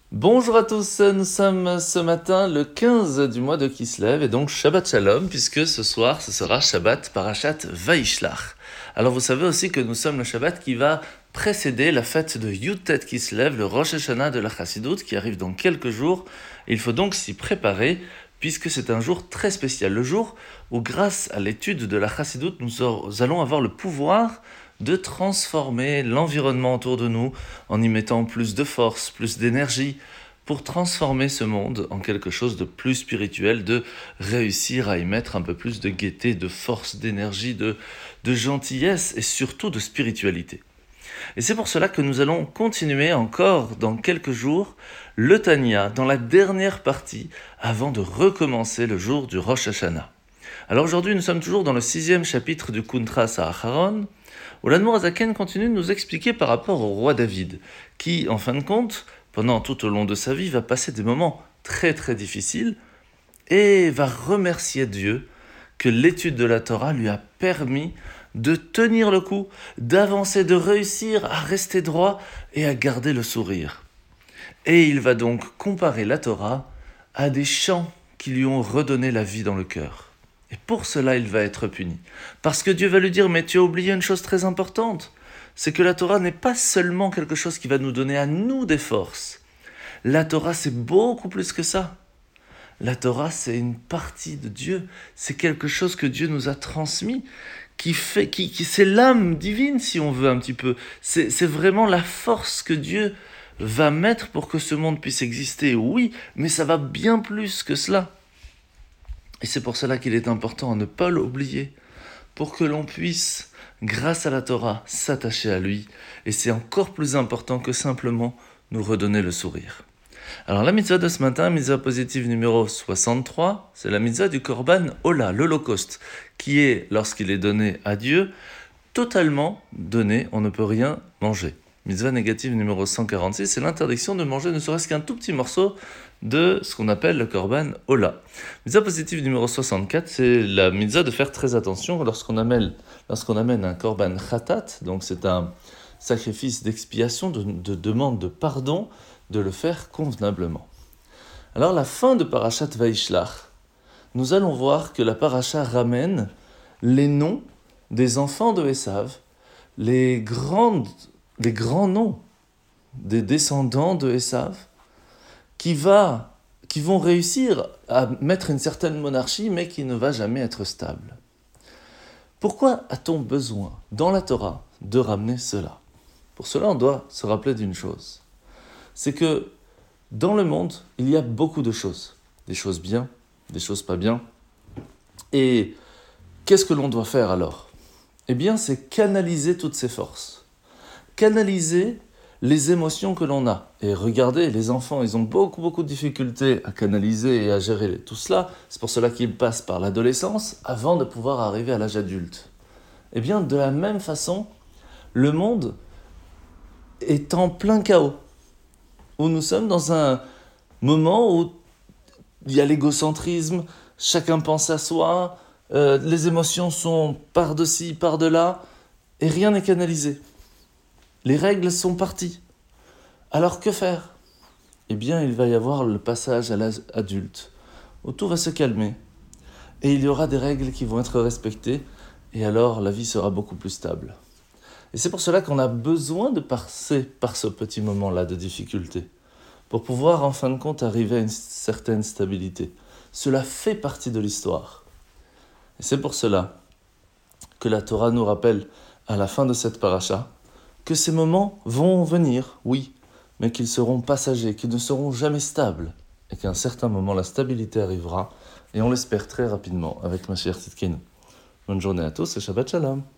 Bonjour à tous, nous sommes ce matin le 15 du mois de Kislev et donc Shabbat Shalom puisque ce soir ce sera Shabbat Parashat Vaishlach. Alors vous savez aussi que nous sommes le Shabbat qui va précéder la fête de Yutet Kislev, le Rosh Hashanah de la Chassidoute qui arrive dans quelques jours. Il faut donc s'y préparer puisque c'est un jour très spécial, le jour où grâce à l'étude de la Chassidoute nous allons avoir le pouvoir de transformer l'environnement autour de nous en y mettant plus de force, plus d'énergie, pour transformer ce monde en quelque chose de plus spirituel, de réussir à y mettre un peu plus de gaieté, de force, d'énergie, de gentillesse et surtout de spiritualité. Et c'est pour cela que nous allons continuer encore dans quelques jours le Tanya, dans la dernière partie, avant de recommencer le jour du Rosh Hashanah. Alors aujourd'hui, nous sommes toujours dans le 6e chapitre du Kuntras à Aharon, où l'Admour Azaken continue de nous expliquer par rapport au roi David, qui, en fin de compte, pendant tout au long de sa vie, va passer des moments très très difficiles et va remercier Dieu que l'étude de la Torah lui a permis de tenir le coup, d'avancer, de réussir à rester droit et à garder le sourire. Et il va donc comparer la Torah à des chants qui lui ont redonné la vie dans le cœur. Et pour cela, il va être puni. Parce que Dieu va lui dire, mais tu as oublié une chose très importante. C'est que la Torah n'est pas seulement quelque chose qui va nous donner à nous des forces. La Torah, c'est beaucoup plus que ça. La Torah, c'est une partie de Dieu. C'est quelque chose que Dieu nous a transmis, c'est l'âme divine, si on veut un petit peu. C'est vraiment la force que Dieu va mettre pour que ce monde puisse exister. Oui, mais ça va bien plus que cela. Et c'est pour cela qu'il est important à ne pas l'oublier, pour que l'on puisse, grâce à la Torah, s'attacher à lui. Et c'est encore plus important que simplement nous redonner le sourire. Alors la mitzvah de ce matin, mitzvah positive numéro 63, c'est la mitzvah du Korban Ola, l'Holocauste, qui est, lorsqu'il est donné à Dieu, totalement donné, on ne peut rien manger. Mitzvah négative numéro 146, c'est l'interdiction de manger ne serait-ce qu'un tout petit morceau de ce qu'on appelle le Korban Ola. Mitzvah positive numéro 64, c'est la mitzvah de faire très attention lorsqu'on amène un Korban Khatat, donc c'est un sacrifice d'expiation, de demande de pardon, de le faire convenablement. Alors la fin de Parashat Vaishlach, nous allons voir que la Parasha ramène les noms des enfants de Esav, les grands noms des descendants de Esav, qui vont réussir à mettre une certaine monarchie, mais qui ne va jamais être stable. Pourquoi a-t-on besoin, dans la Torah, de ramener cela ? Pour cela, on doit se rappeler d'une chose. C'est que dans le monde, il y a beaucoup de choses. Des choses bien, des choses pas bien. Et qu'est-ce que l'on doit faire alors ? Eh bien, c'est canaliser toutes ces forces. Canaliser les émotions que l'on a. Et regardez, les enfants, ils ont beaucoup de difficultés à canaliser et à gérer tout cela. C'est pour cela qu'ils passent par l'adolescence avant de pouvoir arriver à l'âge adulte. Eh bien, de la même façon, le monde est en plein chaos. Où nous sommes dans un moment où il y a l'égocentrisme, chacun pense à soi, les émotions sont par-de-ci, par-de-là, et rien n'est canalisé. Les règles sont parties. Alors que faire ? Eh bien, il va y avoir le passage à l'âge adulte, où tout va se calmer, et il y aura des règles qui vont être respectées, et alors la vie sera beaucoup plus stable. Et c'est pour cela qu'on a besoin de passer par ce petit moment-là de difficulté, pour pouvoir en fin de compte arriver à une certaine stabilité. Cela fait partie de l'histoire. Et c'est pour cela que la Torah nous rappelle, à la fin de cette paracha, que ces moments vont venir, oui, mais qu'ils seront passagers, qu'ils ne seront jamais stables, et qu'à un certain moment, la stabilité arrivera, et on l'espère très rapidement avec Mashiach Tzidkenu. Bonne journée à tous et Shabbat Shalom.